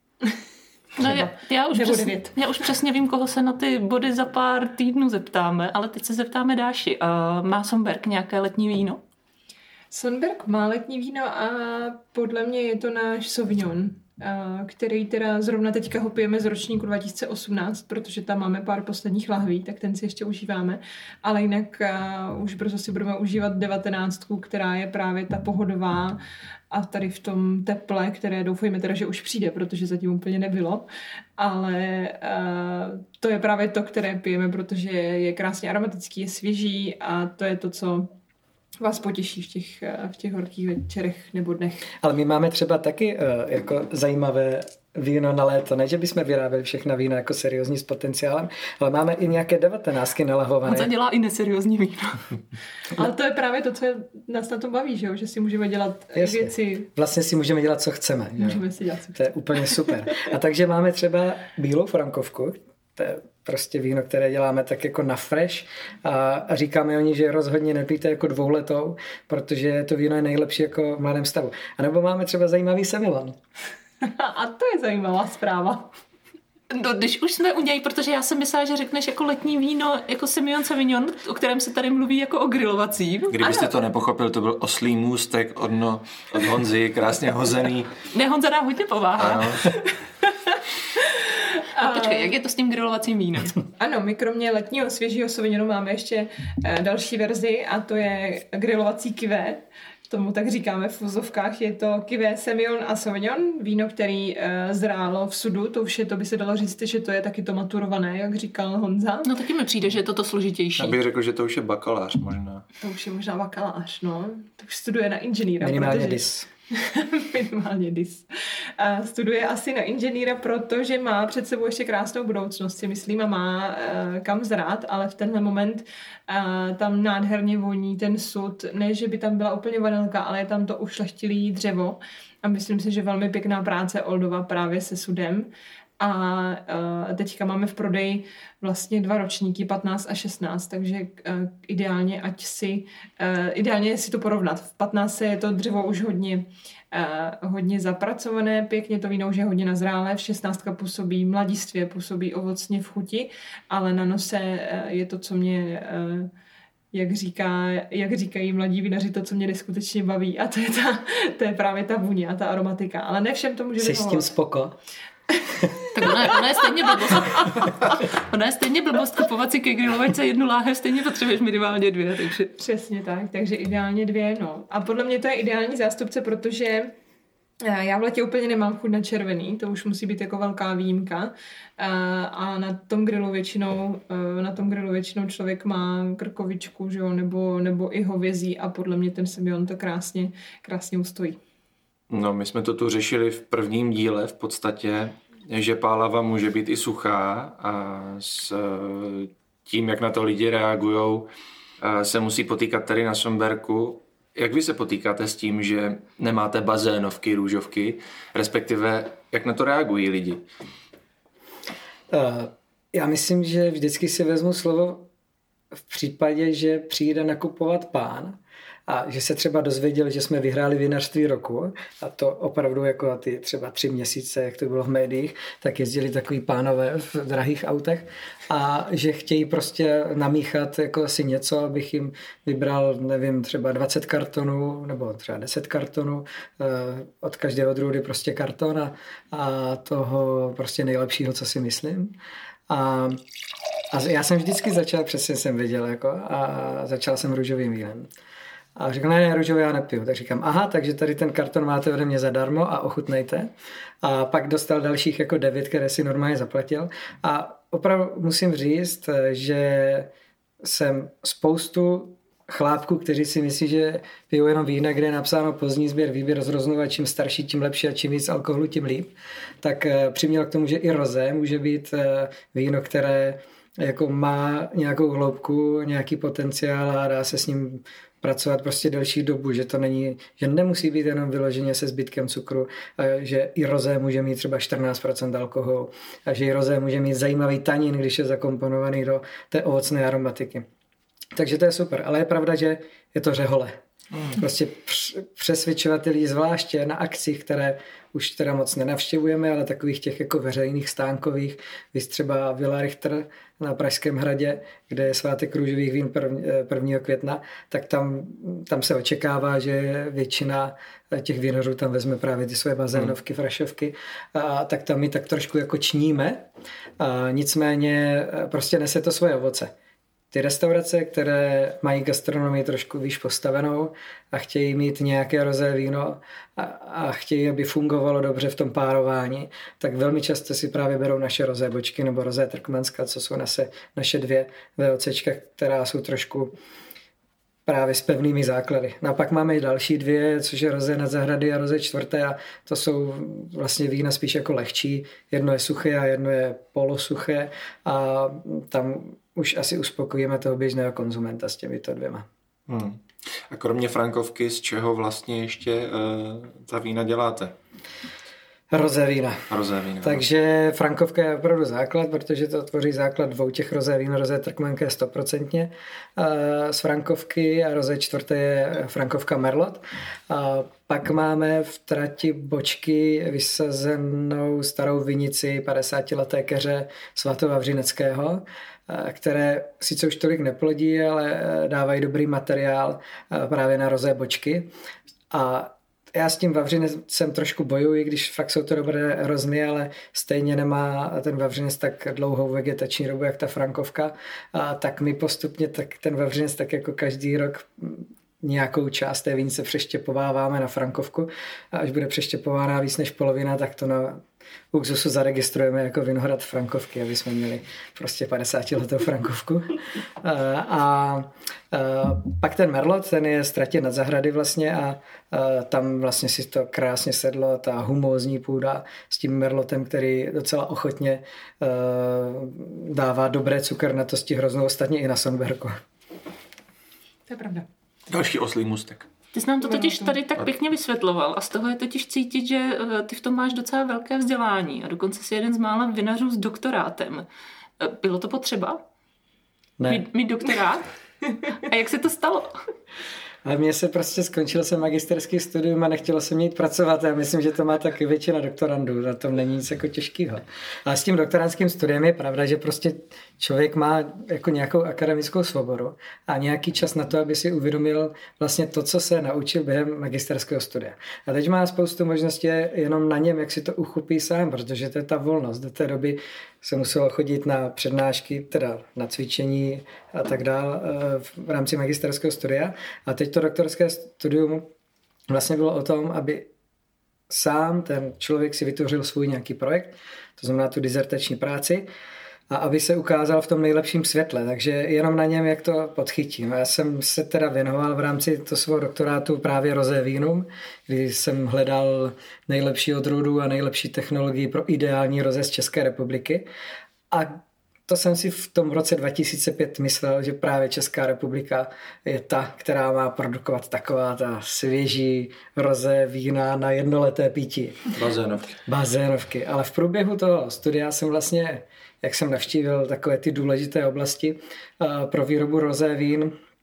S1: No já, já, už přesně, já už přesně vím, koho se na ty body za pár týdnů zeptáme, ale teď se zeptáme Dáši. Uh, má Sonberg nějaké letní víno?
S3: Sonberg má letní víno a podle mě je to náš Sauvignon, který teda zrovna teďka ho pijeme z ročníku dva tisíce osmnáct, protože tam máme pár posledních lahví, tak ten si ještě užíváme, ale jinak uh, už brzo si budeme užívat devatenáctku, která je právě ta pohodová a tady v tom teple, které doufujeme teda, že už přijde, protože zatím úplně nebylo, ale uh, to je právě to, které pijeme, protože je krásně aromatický, je svěží a to je to, co vás potěší v těch, v těch horkých večerech nebo dnech.
S4: Ale my máme třeba taky uh, jako zajímavé víno na léto. Ne, že bychom vyráběli všechna vína jako seriózní s potenciálem, ale máme i nějaké devatenáctky nalahované.
S1: On dělá i neseriózní víno.
S3: Ale to je právě to, co nás na tom baví, že, jo? Že si můžeme dělat Jasně. věci.
S4: Vlastně si můžeme dělat, co chceme.
S3: Můžeme jo? si dělat, co chceme.
S4: To je úplně super. A takže máme třeba bílou frankovku, to je prostě víno, které děláme tak jako na fresh a, a říkáme o ní, že rozhodně nepijte jako dvouletou, protože to víno je nejlepší jako v mladém stavu. A nebo máme třeba zajímavý Semillon.
S3: A to je zajímavá zpráva.
S1: No, když už jsme u něj, protože já jsem myslela, že řekneš jako letní víno, jako Semillon Sauvignon, o kterém se tady mluví jako o grilovacím.
S2: Kdybyste to nepochopil, to byl oslý můstek od, no, od Honzy, krásně hozený.
S1: Ne, Honza nám hodně pomáhá.
S2: Ano.
S1: A počkej, jak je to s tím grilovacím vínem?
S3: Ano, my kromě letního svěžího Sauvignonu máme ještě další verzi a to je grilovací kivé. Tomu tak říkáme v vozovkách. Je to kivé Semillon a Sauvignon, víno, který uh, zrálo v sudu. To už je, to by se dalo říct, že to je taky to maturované, jak říkal Honza.
S1: No taky mi přijde, že je to to složitější.
S2: Já bych řekl, že to už je bakalář možná.
S3: To už je možná bakalář, no. To už studuje na inženýra.
S4: Minimálně
S3: protože...
S4: dis.
S3: Minimálně dis. A studuje asi na inženýra, protože má před sebou ještě krásnou budoucnost, si myslím, a má uh, kam zrát, ale v tenhle moment uh, tam nádherně voní ten sud. Ne, že by tam byla úplně vanilka, ale je tam to ušlechtilé dřevo. A myslím si, že velmi pěkná práce Oldova právě se sudem. A uh, teďka máme v prodeji vlastně dva ročníky, patnáct a šestnáct, takže uh, ideálně, ať si, uh, ideálně si to porovnat. V patnáctce je to dřevo už hodně, uh, hodně zapracované, pěkně to víno už je hodně nazrálé, v šestnáctka působí mladistvě, působí ovocně v chuti, ale na nose uh, je to, co mě... Uh, Jak, říká, jak říkají mladí vinaři, to, co mě neskutečně baví, a to je, ta, to je právě ta vůně a ta aromatika. Ale ne všem to může vyhovovat.
S4: Jsi s tím spoko?
S1: Tak ona, ona je stejně blbost. Ona je stejně blbost kupovat si ke grilovačce jednu láhev, stejně potřebuješ minimálně dvě. Takže...
S3: Přesně tak, takže ideálně dvě, no. A podle mě to je ideální zástupce, protože já v letě úplně nemám chuť na červený, to už musí být jako velká výjimka. A na tom grilu většinou, na tom grilu většinou člověk má krkovičku, že jo, nebo, nebo i hovězí a podle mě ten Semillon to krásně, krásně ustojí.
S2: No, my jsme to tu řešili v prvním díle v podstatě, že pálava může být i suchá a s tím, jak na to lidi reagujou, se musí potýkat tady na Sonbergu. Jak vy se potýkáte s tím, že nemáte bazénovky, růžovky, respektive jak na to reagují lidi?
S4: Já myslím, že vždycky si vezmu slovo v případě, že přijde nakupovat pán a že se třeba dozvěděl, že jsme vyhráli vinařství roku a to opravdu jako ty třeba tři měsíce, jak to bylo v médiích, tak jezdili takový pánové v drahých autech a že chtějí prostě namíchat jako si něco, abych jim vybral, nevím, třeba dvacet kartonů nebo třeba deset kartonů, od každého druhy prostě karton a, a toho prostě nejlepšího, co si myslím. A, a já jsem vždycky začal, přesně jsem věděl, jako, a začal jsem růžovým vínem. A řekl, ne, ne, růžové já nepiju. Tak říkám, aha, takže tady ten karton máte ode mě zadarmo a ochutnejte. A pak dostal dalších jako devět, které si normálně zaplatil. A opravdu musím říct, že jsem spoustu chlápků, kteří si myslí, že pijou jenom vína, kde je napsáno pozdní sběr, výběr rozroznovat, čím starší, tím lepší a čím víc alkoholu, tím líp, tak přiměl k tomu, že i rozé může být víno, které jako má nějakou hloubku, nějaký potenciál a dá se s ním pracovat prostě delší dobu, že to není, že nemusí být jenom vyloženě se zbytkem cukru, že i rozé může mít třeba čtrnáct procent alkoholu a že i rozé může mít zajímavý tanin, když je zakomponovaný do té ovocné aromatiky. Takže to je super, ale je pravda, že je to řehole. Mm. Prostě přesvědčovat lidi zvláště na akcích, které už teda moc nenavštěvujeme, ale takových těch jako veřejných stánkových, víc třeba Villa Richter na Pražském hradě, kde je svátek růžových vín prvního května, tak tam, tam se očekává, že většina těch vinařů tam vezme právě ty svoje bazénovky, frašovky, a tak tam my tak trošku jako čníme, a nicméně prostě nese to svoje ovoce. Ty restaurace, které mají gastronomii trošku výš postavenou a chtějí mít nějaké rozé víno a, a chtějí, aby fungovalo dobře v tom párování, tak velmi často si právě berou naše rozé bočky nebo rozé Trkmanska, co jsou naše, naše dvě VOCčka, která jsou trošku právě s pevnými základy. No a pak máme i další dvě, což je rozé Nad zahrady a rozé čtvrté a to jsou vlastně vína spíš jako lehčí. Jedno je suché a jedno je polosuché a tam už asi uspokojíme toho běžného konzumenta s těmito dvěma.
S2: Hmm. A kromě frankovky, z čeho vlastně ještě uh, ta vína děláte?
S4: Rozé vína.
S2: Rozé vína.
S4: Takže frankovka je opravdu základ, protože to tvoří základ dvou těch rozé vín. Rozé Trkmanka je stoprocentně z frankovky a rozé čtvrté je frankovka Merlot. A pak máme v trati bočky vysazenou starou vinici padesátileté keře svatovavřineckého, které sice už tolik neplodí, ale dávají dobrý materiál právě na rozé bočky. A já s tím vavřinecem trošku bojuji, když fakt jsou to dobré hrozny, ale stejně nemá ten vavřinec tak dlouhou vegetační dobu, jak ta frankovka. A tak my postupně tak ten vavřinec tak jako každý rok nějakou část té vinice přeštěpováváme na frankovku a až bude přeštěpována víc než polovina, tak to na Uxusu zaregistrujeme jako vinohrad frankovky, aby jsme měli prostě padesátiletou frankovku. A, a, a pak ten Merlot, ten je z trati Nad zahrady vlastně a, a tam vlastně si to krásně sedlo, ta humózní půda s tím Merlotem, který docela ochotně a, dává dobré cukrnatosti hroznou, ostatně i na Sonberku.
S3: To je pravda.
S2: Další oslý můstek.
S1: Ty jsi nám to totiž tady tak pěkně vysvětloval a z toho je totiž cítit, že ty v tom máš docela velké vzdělání a dokonce jsi jeden z mála vinařů s doktorátem. Bylo to potřeba?
S4: Ne.
S1: Mít, mít doktorát? A jak se to stalo?
S4: Ale mně se prostě skončil jsem magisterský studium a nechtělo se mě jít pracovat. Já myslím, že to má taky většina doktorandů. Na tom není nic jako těžkého. Ale s tím doktorantským studiem je pravda, že prostě člověk má jako nějakou akademickou svobodu a nějaký čas na to, aby si uvědomil vlastně to, co se naučil během magisterského studia. A teď má spoustu možností jenom na něm, jak si to uchopí sám, protože to je ta volnost. Do té doby se muselo chodit na přednášky, teda na cvičení a tak dál v rámci magisterského studia. A teď to doktorské studium vlastně bylo o tom, aby sám ten člověk si vytvořil svůj nějaký projekt, to znamená tu dizertační práci, a aby se ukázal v tom nejlepším světle. Takže jenom na něm, jak to podchytí. No já jsem se teda věnoval v rámci toho svého doktorátu právě rozé vínům, kdy jsem hledal nejlepší odrůdu a nejlepší technologii pro ideální rozé z České republiky. A to jsem si v tom roce dva tisíce pět myslel, že právě Česká republika je ta, která má produkovat taková ta svěží rozé vína na jednoleté pití.
S2: Bazénovky.
S4: Bazénovky. Ale v průběhu toho studia jsem vlastně, jak jsem navštívil takové ty důležité oblasti pro výrobu rozé vín,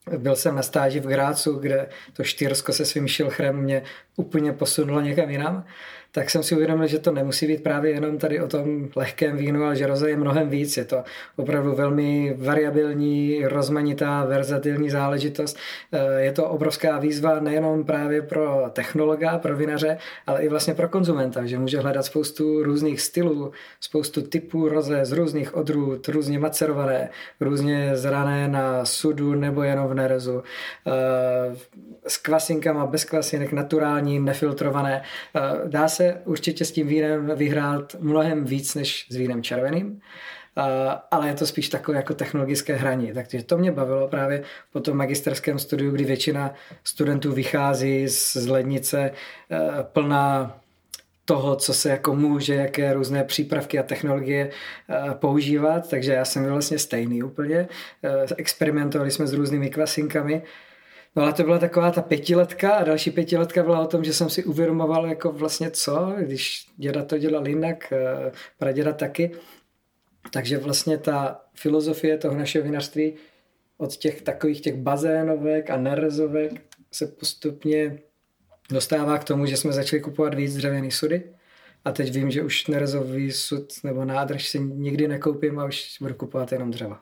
S4: byl jsem na stáži v Grácu, kde to Štýrsko se svým šilchrem mě úplně posunulo někam jinam, tak jsem si uvědomil, že to nemusí být právě jenom tady o tom lehkém vínu, ale že rosé je mnohem víc. Je to opravdu velmi variabilní, rozmanitá, verzatilní záležitost. Je to obrovská výzva nejenom právě pro technologa, pro vinaře, ale i vlastně pro konzumenta, že může hledat spoustu různých stylů, spoustu typů rosé z různých odrůd, různě macerované, různě zrané na sudu nebo jenom v nerezu. S kvasinkama, bez kvasinek, naturální, nefiltrované. Dá se určitě s tím vínem vyhrát mnohem víc než s vínem červeným, ale je to spíš takové jako technologické hraní. Takže to mě bavilo právě po tom magisterském studiu, kdy většina studentů vychází z lednice plná toho, co se jako může, jaké různé přípravky a technologie používat, takže já jsem byl vlastně stejný úplně. Experimentovali jsme s různými kvasinkami. No ale to byla taková ta pětiletka a další pětiletka byla o tom, že jsem si uvědomoval jako vlastně co, když děda to dělal jinak, praděda taky. Takže vlastně ta filozofie toho našeho vinařství od těch takových těch bazénovek a nerezovek se postupně dostává k tomu, že jsme začali kupovat víc dřevěný sudy. A teď vím, že už nerezový sud nebo nádrž si nikdy nekoupím a už budu kupovat jenom dřeva.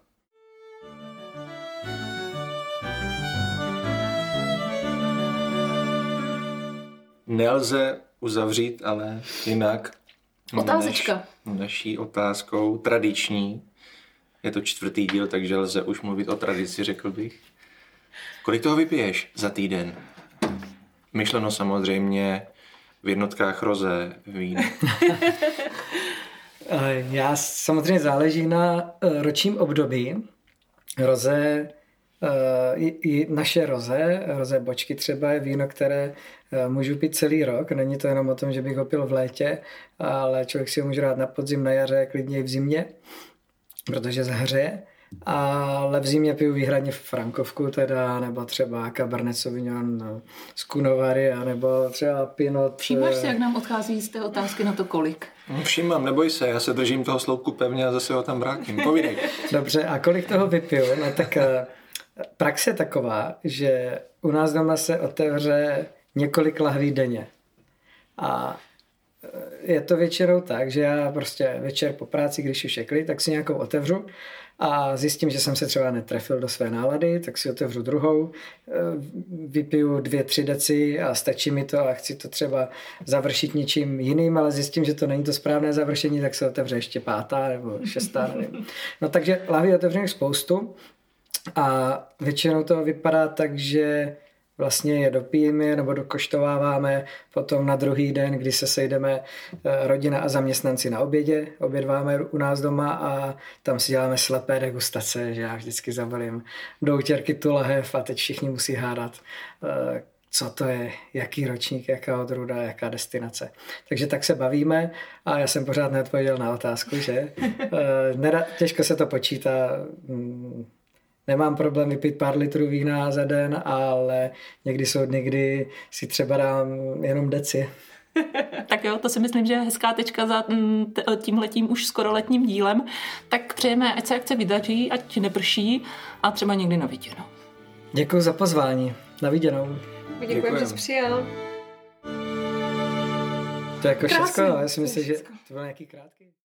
S2: Nelze uzavřít, ale jinak.
S1: Otázečka.
S2: Než naší otázkou tradiční. Je to čtvrtý díl, takže lze už mluvit o tradici, řekl bych. Kolik toho vypiješ za týden? Myšleno samozřejmě v jednotkách rosé vín.
S4: Já samozřejmě záleží na ročním období. Rosé, i naše rosé, rosé bočky třeba je víno, které můžu pít celý rok. Není to jenom o tom, že bych ho pil v létě, ale člověk si ho může dát na podzim, na jaře, klidně i v zimě, protože zahřeje. Ale v zimě piju výhradně frankovku teda, nebo třeba Cabernet Sauvignon z Coonawarry, nebo třeba Pinot.
S1: Všímáš si, jak nám odchází z té otázky na to kolik?
S2: Všímám, neboj se, já se držím toho sloupku pevně a zase ho tam vrátím. Povídej.
S4: Dobře, a kolik toho vypiju? No tak praxe je taková, že u nás doma se otevře několik lahví denně. A je to většinou tak, že já prostě večer po práci, když už je klid, tak si nějakou otevřu a zjistím, že jsem se třeba netrefil do své nálady, tak si otevřu druhou, vypiju dvě, tři deci a stačí mi to a chci to třeba završit něčím jiným, ale zjistím, že to není to správné završení, tak se otevře ještě pátá nebo šestá, nevím. No takže lahví otevřených spoustu a většinou to vypadá tak, že vlastně je dopijeme nebo dokoštováváme potom na druhý den, kdy se sejdeme rodina a zaměstnanci na obědě, obědváme u nás doma a tam si děláme slepé degustace, že já vždycky zabalím do utěrky tu lahev a teď všichni musí hádat, co to je, jaký ročník, jaká odrůda, jaká destinace. Takže tak se bavíme a já jsem pořád neodpověděl na otázku, že těžko se to počítá. Nemám problém vypít pár litrů vína za den, ale někdy jsou dny, kdy si třeba dám jenom deci.
S1: Tak jo, to si myslím, že je hezká tečka za tímhletím už skoro letním dílem. Tak přejeme, ať se akce vydaří, ať neprší a třeba někdy na viděnou.
S4: Děkuji za pozvání. Na viděnou.
S3: Děkuji, že jsi přijel.
S4: To je jako všechno, já si myslím, že to bylo nějaký krátký.